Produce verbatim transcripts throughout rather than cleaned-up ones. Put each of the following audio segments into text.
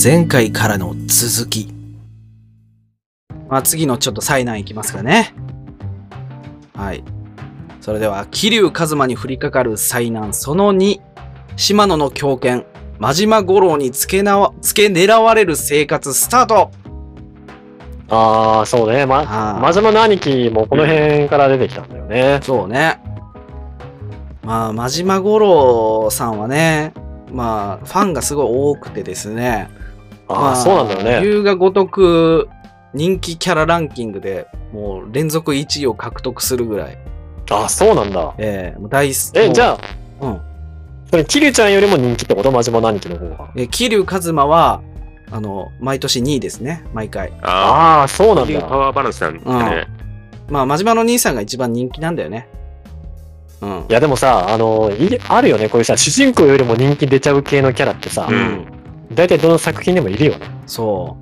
前回からの続き。まあ次のちょっと災難いきますかね。はい。それでは、桐生一馬に降りかかる災難そのに、島野の狂犬、真島五郎に付けなわ、付け狙われる生活スタート。 ああ、そうね。ま、真島の兄貴もこの辺から出てきたんだよね。 そうね。まあ、真島五郎さんはね、まあ、ファンがすごい多くてですね。 ああ、 まあ、 そうなんだよね。 龍が如く人気キャラランキングでもう連続いちいを獲得するぐらい。 ああ、そうなんだ。 ええー、もう大好き。 え、じゃあ、 うん。 それ、桐生ちゃんよりも人気ってこと？真島の兄貴の方が。 え、桐生一馬は、あの、毎年にいですね。毎回。 ああ、そうなんだ。 パワーバランスなんだね。 うん、まあ、真島の兄さんが一番人気なんだよね。うん。 いや、でもさ、あの、いあるよね。こういうさ、主人公よりも人気出ちゃう系のキャラってさ、 うん。 大体どの作品でもいるよね。 そう。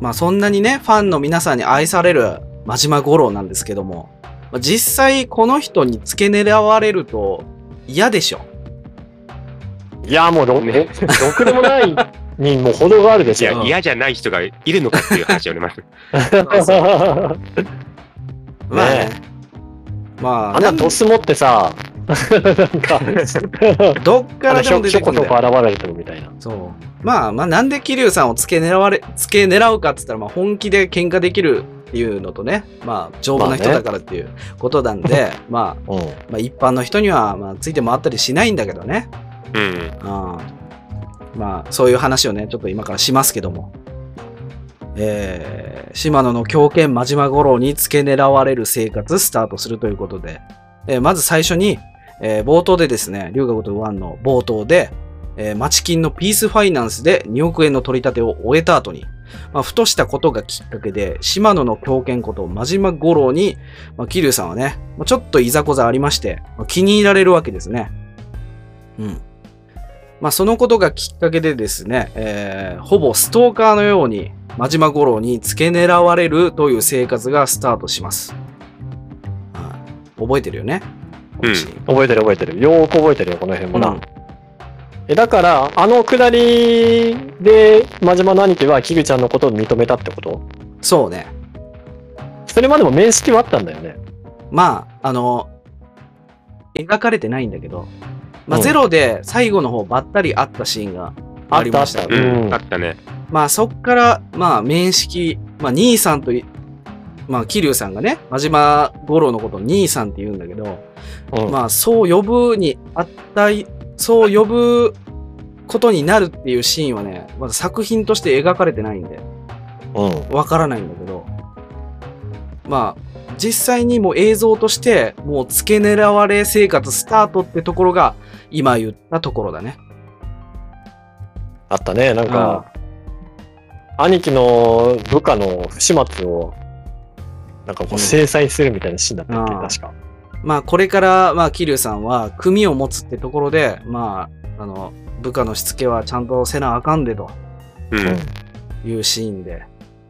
まあ、そんなにね、ファンの皆さんに愛される真島五郎なんですけども、まあ、実際この人に付け狙われると嫌でしょ。 いや、もうろ、ね、ろくでもないにも程があるでしょ。 いや、嫌じゃない人がいるのかっていう話をあります。 まあね。まあ、 あんなドス持ってさ、なんか、 どっからでも出てくるんだよ。 ちょこちょこ現れてるみたいな。 そう。まあまあ、なんで桐生さんを付け狙われ、付け狙うかって言ったら、まあ本気で喧嘩できるっていうのとね、まあ丈夫な人だからっていうことなんで、まあ、ね、まあ一般の人には、まあついて回ったりしないんだけどね。 うん。 あまあ、そういう話をね、ちょっと今からしますけども。えー、島野の狂犬真島五郎に付け狙われる生活スタートするということで、えー、まず最初に、えー、冒頭でですね、龍が如くいちの冒頭で、えー、町金のピースファイナンスでにおくえんの取り立てを終えた後に、まあ、ふとしたことがきっかけで、島野の狂犬こと真島五郎に、まあ、桐生さんはね、ちょっといざこざありまして、まあ、気に入られるわけですね。うん。まあ、そのことがきっかけでですね、えー、ほぼストーカーのように、真島五郎に付け狙われるという生活がスタートします。はい、覚えてるよね、 うん、 覚えてる覚えてる。よーく覚えてるよ、この辺もな。うん、え、だから、あのくだりで、真島の兄貴は、キグちゃんのことを認めたってこと？ そうね。 それまでも面識はあったんだよね。 まあ、あの、描かれてないんだけど、まあ、うん、ゼロで最後の方ばったり会ったシーンがありました。 あった、うん、あったね。 まあそっから、まあ面識、まあ兄さんと、まあ桐生さんがね、真島五郎のことを兄さんって言うんだけど、うん、まあそう呼ぶにあった、そう呼ぶことになるっていうシーンはね、まだ作品として描かれてないんで、わ、うん、からないんだけど、まあ実際にもう映像としてもう付け狙われ生活スタートってところが今言ったところだね。 あったね、なんか、うん兄貴の部下の不始末をなんかこう制裁するみたいなシーンだったっけ、うん、確か。まあこれからまあ桐生さんは組を持つってところでまああの部下のしつけはちゃんとせなあかんでというシーンで、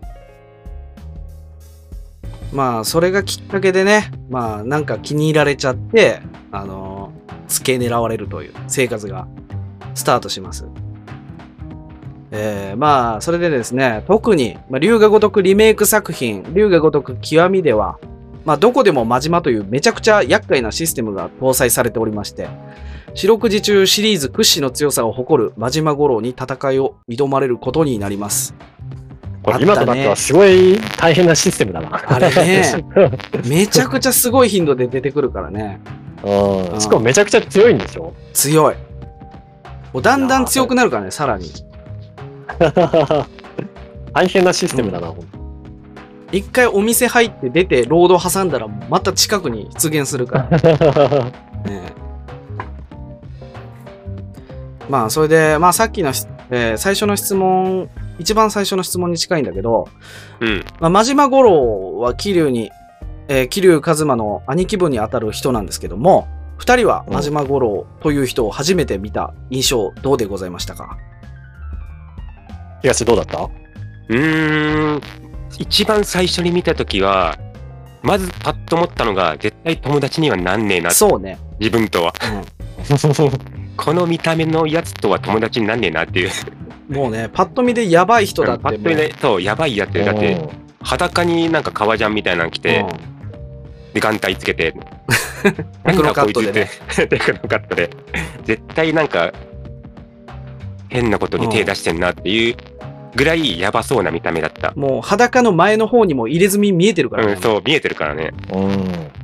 うん、まあそれがきっかけでねまあなんか気に入られちゃってあの付け狙われるという生活がスタートします。えー、まあ、それでですね、特に、まあ、龍が如くリメイク作品、龍が如く極みでは、まあ、どこでも真島というめちゃくちゃ厄介なシステムが搭載されておりまして、四六時中シリーズ屈指の強さを誇る真島五郎に戦いを挑まれることになります。 これ今となってはすごい大変なシステムだな。 あれね、めちゃくちゃすごい頻度で出てくるからね。 うん、しかもめちゃくちゃ強いんでしょ？ 強い。もうだんだん強くなるからね、さらに。 大変なシステムだな、うん、 一回お店入って出てロード挟んだらまた近くに出現するから、ね、まあそれでまあさっきの、えー、最初の質問一番最初の質問に近いんだけど、 うんまあ、真島五郎は桐生に、えー、桐生一馬の兄貴分にあたる人なんですけども二人は真島五郎という人を初めて見た印象どうでございましたか？ 東どうだった？ うーん、一番最初に見たときは、まずパッと思ったのが、絶対友達にはなんねえな。 そうね。 自分とは。うん、この見た目のやつとは友達になんねえなっていう。 もうね、パッと見でやばい人だってもう。 パッと見で、そう、やばいやつ。だって、裸になんか革ジャンみたいなの着て、で、眼帯つけて、 テクノカットでね。 テクノカットで。絶対なんか、変なことに手出してんなっていうぐらいやばそうな見た目だった。 もう裸の前の方にも入れ墨見えてるからね。 うん、そう、見えてるからね。 うん。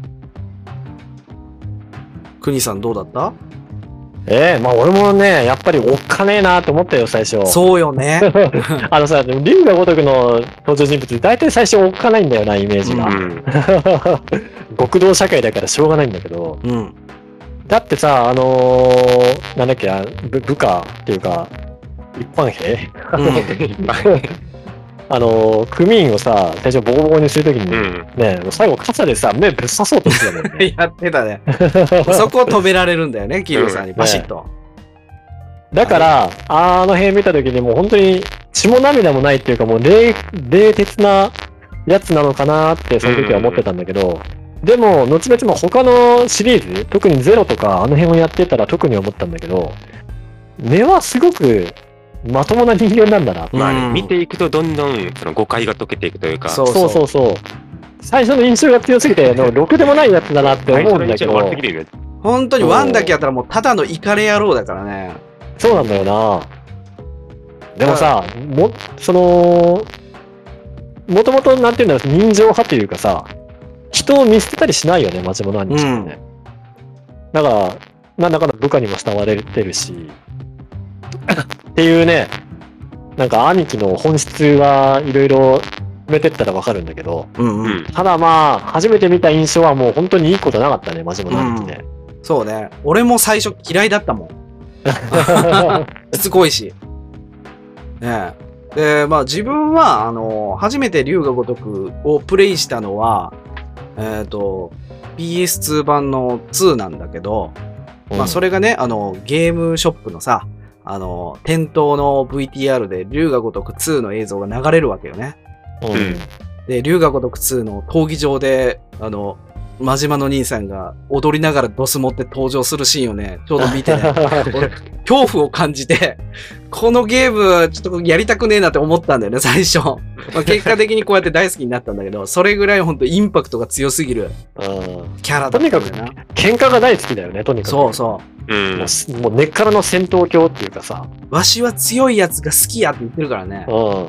国さんどうだった？ ええー、まあ俺もね、やっぱりおっかねえなって思ったよ、最初。 そうよね。 あのさ、龍が如くの登場人物、大体最初おっかないんだよな、イメージが。うん、極道社会だからしょうがないんだけど。うん、だってさ、あのー、なんだっけ、部部下っていうか、一般兵、うんあのー、組員をさ、最初ボコボコにするときに、うん、ね、最後傘でさ、目ぶっ刺そうとしてたもんね。 やってたね。そこを止められるんだよね、桐生さんに、バシッと。 ね、だから、あの辺見たときにもう本当に血も涙もないっていうか、もう冷、冷徹なやつなのかなって、その時は思ってたんだけど、うん、でも、後々も他のシリーズ、特にゼロとかあの辺をやってたら特に思ったんだけど、根はすごく、まともな人間なんだな。 まあ、ね、見ていくとどんどんその誤解が解けていくというか。 そうそうそうそう。最初の印象が強すぎて、のろくでもないやつだなって思うんだけど。 本当にワンだけやったらもうただのイカレ野郎だからね。 そうなんだよな。でもさ、も、その、もともとなんていうんだろう、人情派というかさ、人を見捨てたりしないよね、マジモの兄貴はね。うん、だから、なんだかんだ部下にも慕われてるし、っていうね、なんか兄貴の本質はいろいろ埋めてったらわかるんだけど、うんうん、ただまあ、初めて見た印象はもう本当にいいことなかったね、マジモの兄貴ね、 うん。そうね。俺も最初嫌いだったもん。しつこいし。ねえ。で、まあ自分は、あの、初めて龍が如くをプレイしたのは、えっと、ピーエスツー 版のツーなんだけど、うん、まあそれがね、あの、ゲームショップのさ、あの、店頭の ブイティーアール で龍が如くツーの映像が流れるわけよね。うん。で、龍が如くツーの闘技場で、あの、真島の兄さんが踊りながらドス持って登場するシーンをね、ちょうど見てね、俺、恐怖を感じて、このゲーム、ちょっとやりたくねえなって思ったんだよね、最初。まあ、結果的にこうやって大好きになったんだけど、それぐらい本当インパクトが強すぎるキャラだったんだよな。とにかく、 喧嘩が大好きだよね、とにかく。 そうそう。 うん、もう、もう根っからの戦闘狂っていうかさ。 わしは強いやつが好きやって言ってるからね。 うん。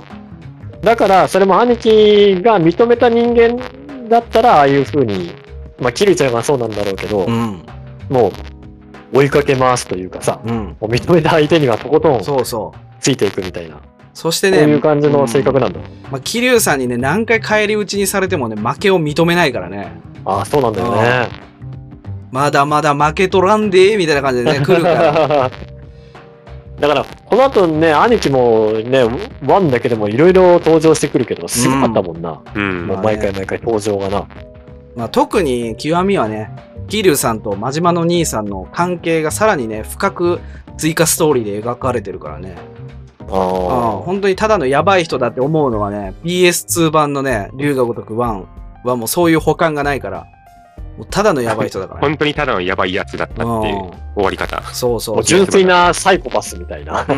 だから、それも兄貴が認めた人間だったら、ああいう風に、まあ、キリちゃんがそうなんだろうけど、うん、もう、追いかけ回すというかさ、うん、もう認めた相手にはとことん、そうそう。ついていくみたいな。 そしてね、 そういう感じの性格なんだ。うん、 まあ、桐生さんにね、何回返り討ちにされてもね、負けを認めないからね。 ああ、そうなんだよね。 まだまだ負けとらんでーみたいな感じでね、来るから。 だから、この後ね、兄貴もね、ワンだけでもいろいろ登場してくるけど、すごかったもんな。うん。もう毎回毎回登場がな。 まあ、特に極みはね、桐生さんと真島の兄さんの関係がさらにね、深く追加ストーリーで描かれてるからね。ああ。本当にただのやばい人だって思うのはね、ピーエスツー 版のね、龍が如くワンはもうそういう補完がないから、もうただのやばい人だから、ね。 本当にただのやばいやつだったっていう終わり方。 そうそう。 もう純粋なサイコパスみたいな。うん。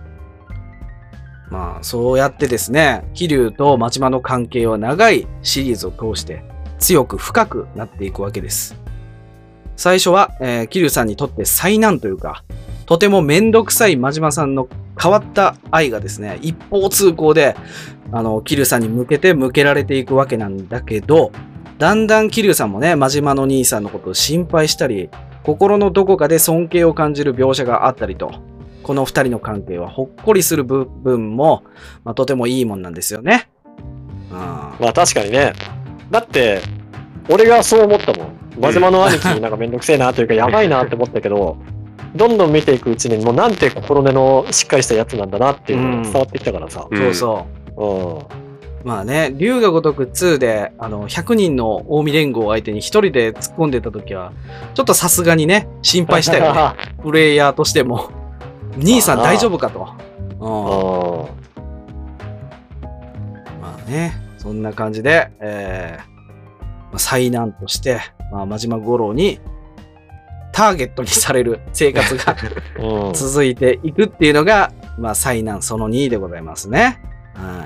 まあ、そうやってですね、桐生と真島の関係は長いシリーズを通して強く深くなっていくわけです。最初は、えー、桐生さんにとって災難というか、とてもめんどくさい真島さんの変わった愛がですね、一方通行で、あの、桐生さんに向けて向けられていくわけなんだけど、だんだん桐生さんもね、真島の兄さんのことを心配したり、心のどこかで尊敬を感じる描写があったりと、この二人の関係はほっこりする部分も、まあ、とてもいいもんなんですよね。 うん、まあ確かにね。だって、俺がそう思ったもん。真島の兄貴なんかめんどくせえなというか、やばいなって思ったけど、どんどん見ていくうちに、もうなんて心根のしっかりしたやつなんだなっていうのが伝わってきたからさ。 うん、そうそう。うんまあね、龍が如くツーで、あの、ひゃくにんの近江連合を相手に一人で突っ込んでた時は、ちょっとさすがにね、心配したよね。プレイヤーとしても。兄さん大丈夫かと。うん、まあね、そんな感じで、えー、災難として、まあ、真島五郎にターゲットにされる生活が続いていくっていうのが、 まあ、災難そのにでございますね。はい。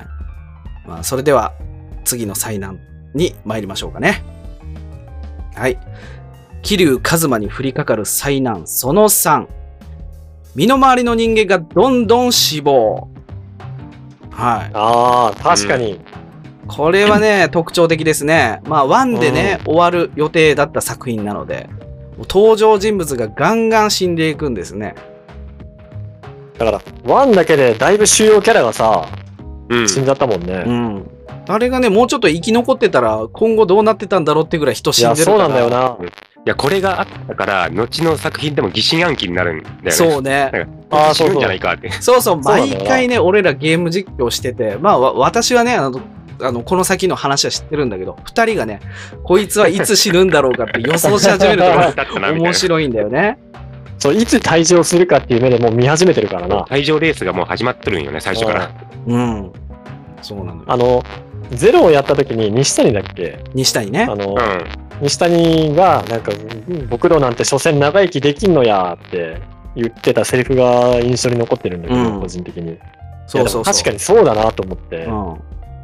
まあ、それでは、次の災難に参りましょうかね。はい。桐生一馬に降りかかる災難そのさん。身の回りの人間がどんどん死亡。はい。 ああ、確かに。うん、 これはね、特徴的ですね。まあ、ワンでね、終わる予定だった作品なので、登場人物がガンガン死んでいくんですね。 だから、ワンだけでだいぶ主要キャラがさ、うん、死んじゃったもんね。 うん。あれがね、もうちょっと生き残ってたら、今後どうなってたんだろうってぐらい人死んでるから。 いや、そうなんだよな。 いや、これがあったから、後の作品でも疑心暗鬼になるんだよね。 そうね。 ああ、死ぬんじゃないかって。 そうそう、毎回ね、俺らゲーム実況してて、まあ、私はね、あの、あの、この先の話は知ってるんだけど、二人がね、こいつはいつ死ぬんだろうかって予想し始めると面白いんだよね。 そう、いつ退場するかっていう目でもう見始めてるからな。 退場レースがもう始まってるんよね、最初から。 うん。そうなのよ。 あの、ゼロをやった時に西谷だっけ？ 西谷ね。 あの、うん、西谷が、なんか、僕らなんて所詮長生きできんのやって言ってたセリフが印象に残ってるんだけど、うん、個人的に。そうそうそう。確かにそうだなと思って。うん、も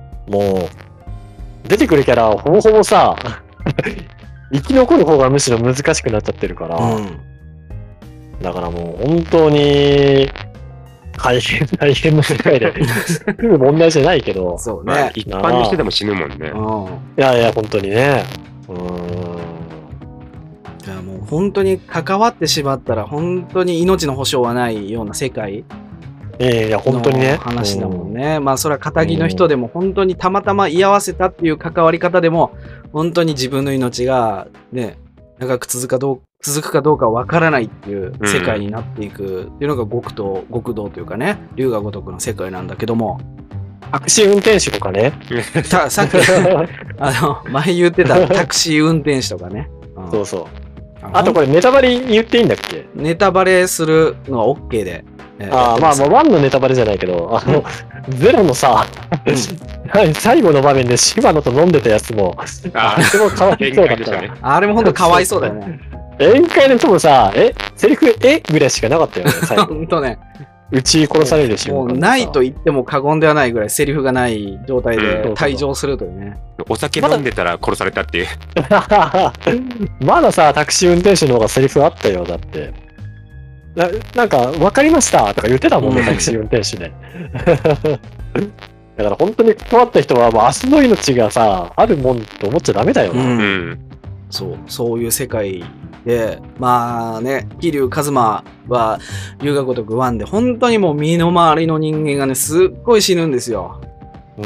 う、出てくるキャラほぼほぼさ、生き残る方がむしろ難しくなっちゃってるから、うん、だからもう本当に大変大変な世界で済む問題じゃないけど、 そうね、 まあ、一般の人でも死ぬもんね。 いやいや本当にね。うーん。 じゃあもう本当に関わってしまったら本当に命の保証はないような世界。 ええ、いや本当にね。 話だもんね。まあそれは仇の人でも本当にたまたま居合わせたっていう関わり方でも本当に自分の命がね長く続くかどう続くかどうかわからないっていう世界になっていくっていうのが極道極道というかね龍が如くの世界なんだけども。 タクシー運転手とかね。 ささっきあの前言ってたタクシー運転手とかね。 うん、そうそう。あとこれネタバレ言っていいんだっけ？ ネタバレするのは OK で。 ああ、まあ、まあ、ワンのネタバレじゃないけど、あの、ゼロのさ、最後の場面で柴野と飲んでたやつも、あれもかわいそうだったね。 あれもほんとかわいそうだよね。 宴会の人もさ、え、セリフ、えぐらいしかなかったよね、最後。 ほんとね。 打ち殺されるしもうないと言っても過言ではないぐらいセリフがない状態で退場するというね。 お酒飲んでたら殺されたっていう。 まださ、タクシー運転手の方がセリフあったよ、だって。な, なんか、分かりましたとか言ってたもんね、タクシー運転手で。だから本当に関わった人は、明日の命がさ、あるもんと思っちゃダメだよな。うん、 そう、そういう世界で、まあね、桐生一馬は、龍が如くワンで、本当にもう身の回りの人間がね、すっごい死ぬんですよ。うん、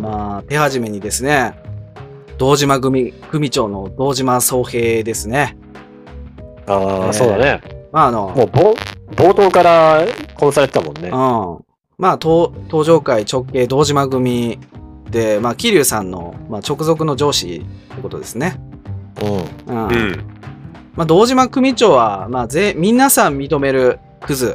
まあ、手始めにですね、堂島組組長の堂島宗平ですね。 ああ、えー、そうだね。 まああの、 もう冒頭から殺されてたもんね。 うん。まあ、登場界直系堂島組で、まあ、桐生さんの、まあ、直属の上司ってことですね。うん。うん。まあ、堂島組長は、まあ、ぜ、皆さん認めるクズ。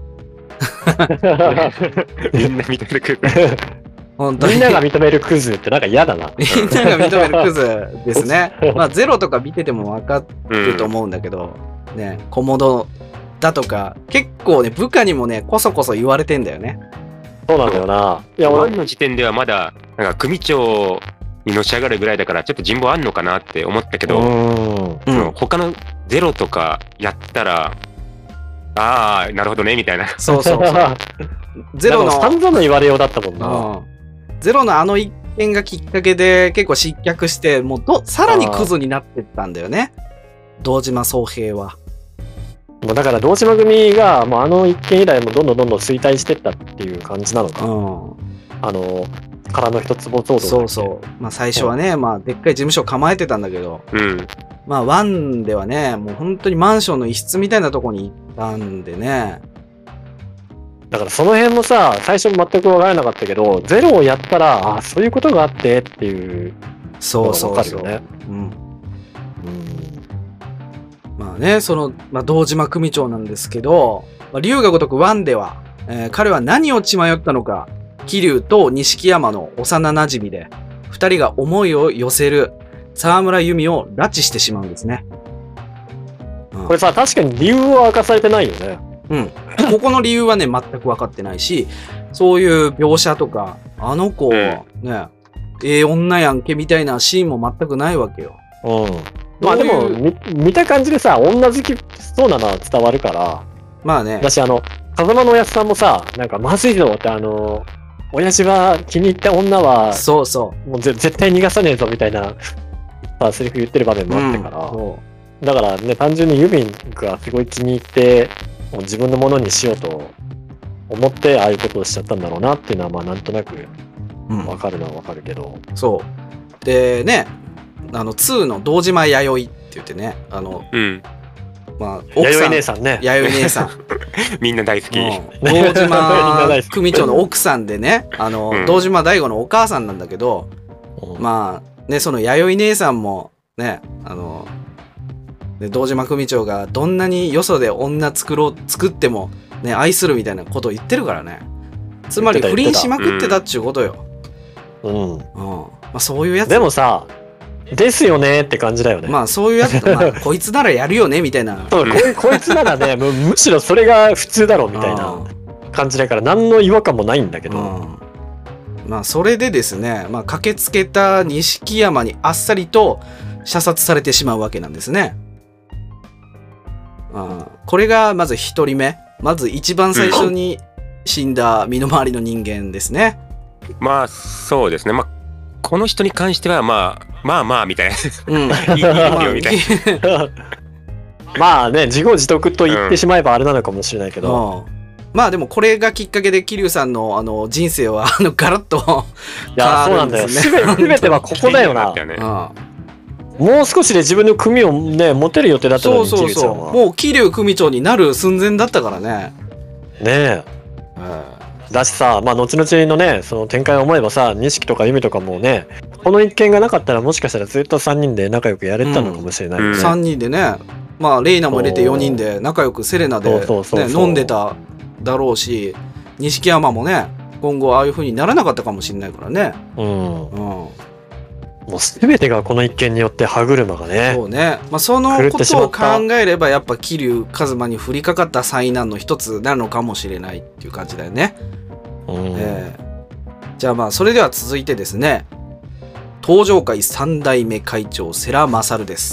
みんな認めるクズ。 本当にみんなが認めるクズってなんか嫌だな。 みんなが認めるクズですね。まあ、ゼロとか見てても分かると思うんだけど、うん、ね、コモドだとか、結構ね、部下にもね、こそこそ言われてんだよね。 そうなんだよな。 いや、俺の時点ではまだ、なんか組長にのし上がるぐらいだから、ちょっと人望あんのかなって思ったけど、うん、他のゼロとかやったら、ああ、なるほどね、みたいな。 そうそうそう。ゼロの。 散々の言われようだったもんな。 うん、ゼロのあの一件がきっかけで結構失脚して、もうど、さらにクズになってったんだよね。堂島宗平は。 もうだから堂島組がもうあの一件以来もどんどんどんどん衰退してったっていう感じなのか。うん、あの、空の一坪騒動。 そうそう。まあ最初はね、うん、まあでっかい事務所構えてたんだけど、うん、まあワンではね、もう本当にマンションの一室みたいなとこに行ったんでね。 だからその辺もさ、最初全く分からなかったけど、ゼロをやったら、ああ、そういうことがあってっていうのが分かるよね。うん。うんまあね、その、まあ、堂島組長なんですけど、まあ、龍が如くワンでは、えー、彼は何を血迷ったのか、桐生と錦山の幼馴染で、二人が思いを寄せる沢村由美を拉致してしまうんですね。 うん、これさ、確かに理由は明かされてないよね。 うん。 ここの理由はね、全く分かってないし、そういう描写とか、あの子、ね、ええ女やんけみたいなシーンも全くないわけよ。 うん。まあでも、見、見た感じでさ、女好きそうなのは伝わるから。 まあね。 だし、あの、風間のおやつさんもさ、なんか、まずいぞって、あの、親父は気に入った女は、 そうそう。 もうぜ絶対逃がさねえぞみたいな、さ、セリフ言ってる場面もあったから。うん、だからね、単純にユミンがすごい気に入って、もう自分のものにしようと思って、ああいうことをしちゃったんだろうなっていうのは、まあなんとなく、わかるのはわかるけど、 うん。そう。でね、あの、ツーの堂島弥生って言ってね、あの、 うん。 まあ、奥さん。 弥生姉さんね。 弥生姉さん。 みんな大好き。 うん、堂島組長の奥さんでね、あの、うん、堂島大吾のお母さんなんだけど、うん、まあ、ね、その弥生姉さんも、ね、あの、で堂島組長がどんなによそで女作ろう、作っても、ね、愛するみたいなことを言ってるからね。つまり不倫しまくってたっちゅうことよ。うん。うん。まあそういうやつ。 でもさ、ですよねって感じだよね。 まあそういうやつ、まあ、こいつならやるよねみたいな。 そう、こい、こいつならね、む、むしろそれが普通だろうみたいな感じだから何の違和感もないんだけど。 まあそれでですね、まあ駆けつけた錦山にあっさりと射殺されてしまうわけなんですね。あこれがまず一人目。まず一番最初に死んだ身の回りの人間ですね。 まあそうですね。まあこの人に関してはまあまあまあみたいな。うん。いいよみたいな。 まあね、自業自得と言ってしまえばあれなのかもしれないけど。 うん、まあでもこれがきっかけで桐生さんのあの人生はあのガラッと変わるんですね。 いやそうなんだよ。すべてはここだよな。もう少しで自分の組をね持てる予定だったのに。 そうそうそう。もう桐生組長になる寸前だったからね。 ねえ。うん、だしさ、まあ後々のねその展開を思えばさ、錦とか由美とかもね、この一件がなかったらもしかしたらずっとさんにんで仲良くやれてたのかもしれない、ね、うん、 さんにんでね。まあレイナも入れてよにんで仲良くセレナで、ね、飲んでただろうし、錦山もね今後ああいう風にならなかったかもしれないからね。うん。うん、 もう全てがこの一件によって歯車がね。 そうね。まあそのことを考えればやっぱ桐生一馬に降りかかった災難の一つなのかもしれないっていう感じだよね。うん、えー、じゃあまあそれでは続いてですね、東上会三代目会長世良勝です。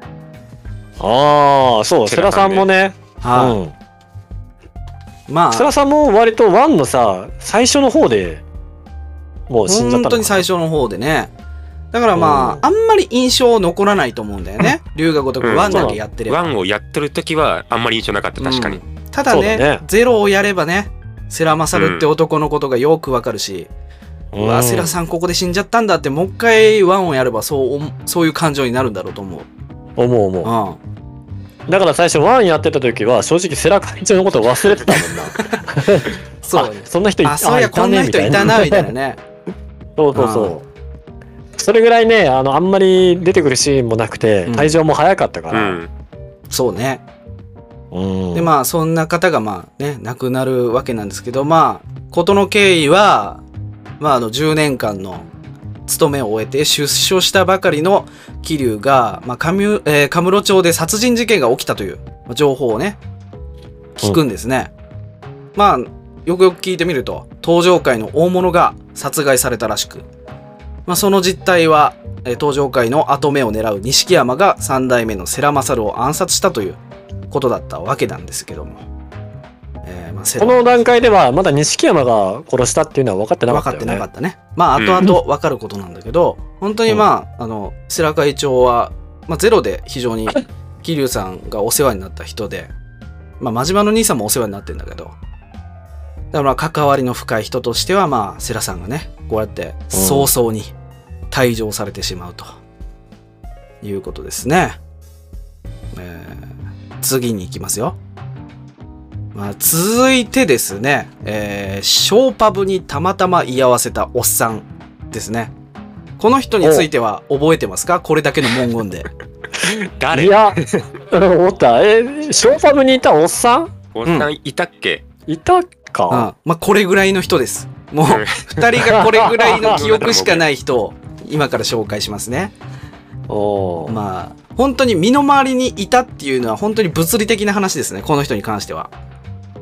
ああ、そう、世良さんもね。はい、うん。まあ。世良さんも割とワンのさ、最初の方でもう死んじゃったのかな。 本当に最初の方でね。だからまあ、あんまり印象残らないと思うんだよね。龍が如くワンだけやってれば。 ワンをやってる時はあんまり印象なかった、確かに。うん、 ただね、ねゼロをやればね、世良勝って男のことがよくわかるし、うん、うわ、世良さんここで死んじゃったんだって、もう一回ワンをやればそう、そういう感情になるんだろうと思う。 思う思う。うんだから最初ワンやってた時は正直世良会長のことを忘れてたもんな。そうね。そんな人いたね。 あ、そうや、こんな人いたなみたいなね。 そうそうそう。それぐらいね、あのあんまり出てくるシーンもなくて、うん、退場も早かったから。うん、 そうね。うん、でまあそんな方がまあね亡くなるわけなんですけど、まあ事の経緯はまああのじゅうねんかんの勤めを終えて出所したばかりの桐生が、まあカミュえー、カムロ町で殺人事件が起きたという情報をね聞くんですね。うん、まあよくよく聞いてみると東上会の大物が殺害されたらしく、まあ、その実態は、えー、東上会の跡目を狙う錦山がさん代目の世良勝を暗殺したということだったわけなんですけども、 えーまあ、この段階ではまだ錦山が殺したっていうのは分かってなかったよね。 分かってなかったね。まあ後々分かることなんだけど、うん、本当にまあ、あの世良会長は、まあ、ゼロで非常に桐生さんがお世話になった人で、まあ真島の兄さんもお世話になってるんだけど、だから関わりの深い人としてはまあ世良さんがねこうやって早々に退場されてしまうということですね。えー、次に行きますよ。まあ、続いてですね、えー、ショーパブにたまたま居合わせたおっさんですね。この人については覚えてますか？これだけの文言で。 誰？ いや、思った。えー、ショーパブにいたおっさん？ おっさんいたっけ？ うん、いたか、 うん、まあこれぐらいの人です。もうふたりがこれぐらいの記憶しかない人を今から紹介しますね。おまあ本当に身の回りにいたっていうのは本当に物理的な話ですね、この人に関しては。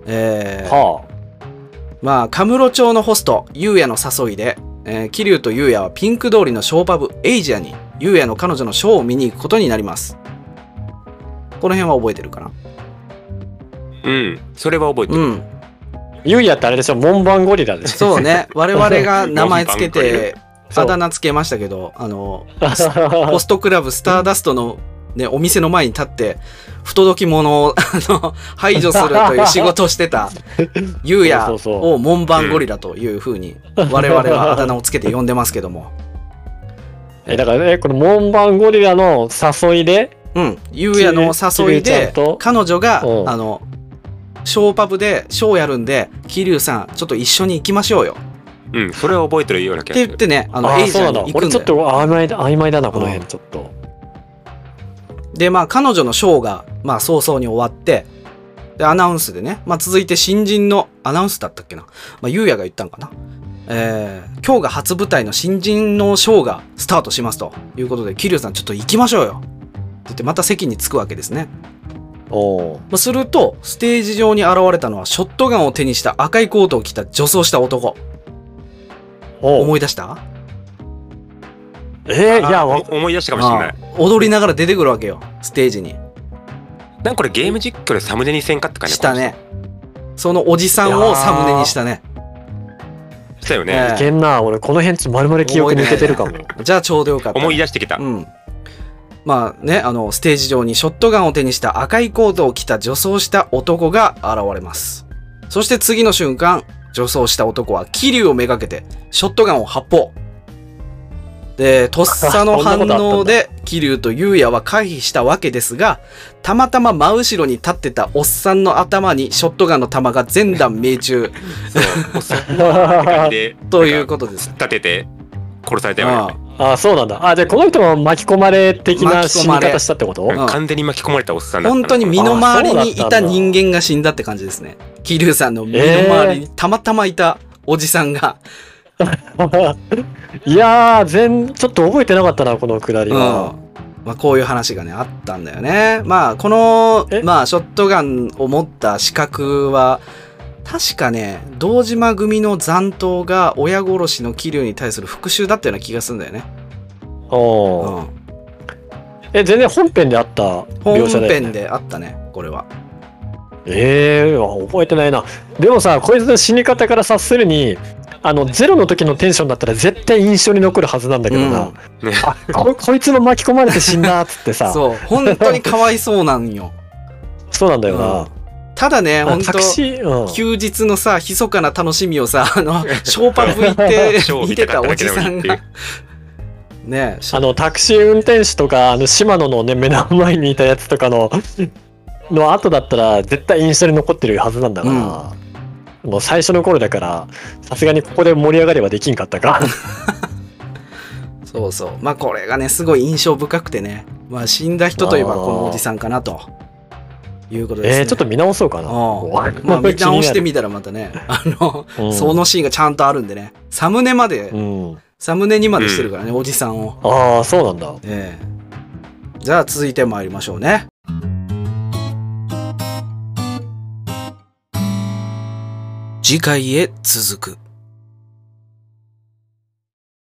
えー、 はまあ、カムロ町のホスト、ユウヤの誘いで、えー、桐生とユウヤはピンク通りのショーパブ、エイジアに、ユウヤの彼女のショーを見に行くことになります。この辺は覚えてるかな？ うん、それは覚えてる。 うん。 ユウヤってあれでしょ、門番ゴリラでしょ。 そうね。我々が名前つけて、あだ名つけましたけど、あの、ホストクラブスターダストのね、お店の前に立って、不届き者をあの排除するという仕事をしてた、ユウヤを門番ゴリラというふうに、我々はあだ名をつけて呼んでますけども。 え、だからね、この門番ゴリラの誘いで、 うん、ユウヤの誘いで、彼女が、うん、あの、ショーパブでショーやるんで、桐生さん、ちょっと一緒に行きましょうよ。 うん、それは覚えてるような気がする。 って言ってね、あの、エイジャーに行くんだよ。 俺ちょっと曖昧だ、曖昧だな、この辺、ちょっと。 で、まあ、彼女のショーが、まあ、早々に終わって、で、アナウンスでね、まあ、続いて新人の、アナウンスだったっけな。まあ、ゆうやが言ったんかな。えー、今日が初舞台の新人のショーがスタートしますということで、桐生さん、ちょっと行きましょうよ。って言って、また席に着くわけですね。 おー。 すると、ステージ上に現れたのは、ショットガンを手にした赤いコートを着た女装した男。思い出した？ えー、いや、 思い出したかもしれない。 踊りながら出てくるわけよ、ステージに。 なんかこれゲーム実況でサムネにせんかって感じしたね。そのおじさんをサムネにしたね。 したよね。 いけんな、俺この辺丸々記憶抜けてるかも。 じゃあちょうどよかった。 思い出してきた。 うん。まあね、あの、ステージ上にショットガンを手にした赤いコートを着た女装した男が現れます。そして次の瞬間、女装した男は桐生をめがけてショットガンを発砲。で、とっさの反応で桐生と優也は回避したわけですが、たまたま真後ろに立ってたおっさんの頭にショットガンの弾が全弾命中。 そう、おっさんって感じでということです。 立てて殺されたよね。 ああ、そうなんだ。あ、じゃあこの人も巻き込まれ的な死に方したってこと？ うん、完全に巻き込まれたおっさんだった。 本当に身の回りにいた人間が死んだって感じですね。桐生さんの身の回りにたまたまいたおじさんが。 いやー、全、ちょっと覚えてなかったな、このくだりは。 うん、まあ、こういう話がね、あったんだよね。まあ、この、まあ、ショットガンを持った資格は、確かね、堂島組の残党が親殺しの桐生に対する復讐だったような気がするんだよね。 おー。うん、え、全然本編であった描写だよね。 本編であったね、これは。 ええー、覚えてないな。でもさ、こいつの死に方から察するに、あのゼロの時のテンションだったら絶対印象に残るはずなんだけどな、うん、あ こ, こいつも巻き込まれて死んだっつってさそう本当にかわいそうなんよ。 そうなんだよな、 うん、ただね本当、 うん、 休日のさ密かな楽しみをさあのショーパブ行って見てたおじさんがね、 あのタクシー運転手とかあの島野のね目の前にいたやつとかのの後だったら絶対印象に残ってるはずなんだから、うん、もう最初の頃だからさすがにここで盛り上がればできんかったかそうそう、まあこれがねすごい印象深くてね、まあ死んだ人といえばこのおじさんかなということですね。 えー、ちょっと見直そうかな。 まあ見直してみたらまたねあの、うん、そのシーンがちゃんとあるんでね、サムネまで、うん、サムネにまでしてるからね、うん、おじさんを。 ああそうなんだ。 えー、じゃあ続いて参りましょうね。次回へ続く。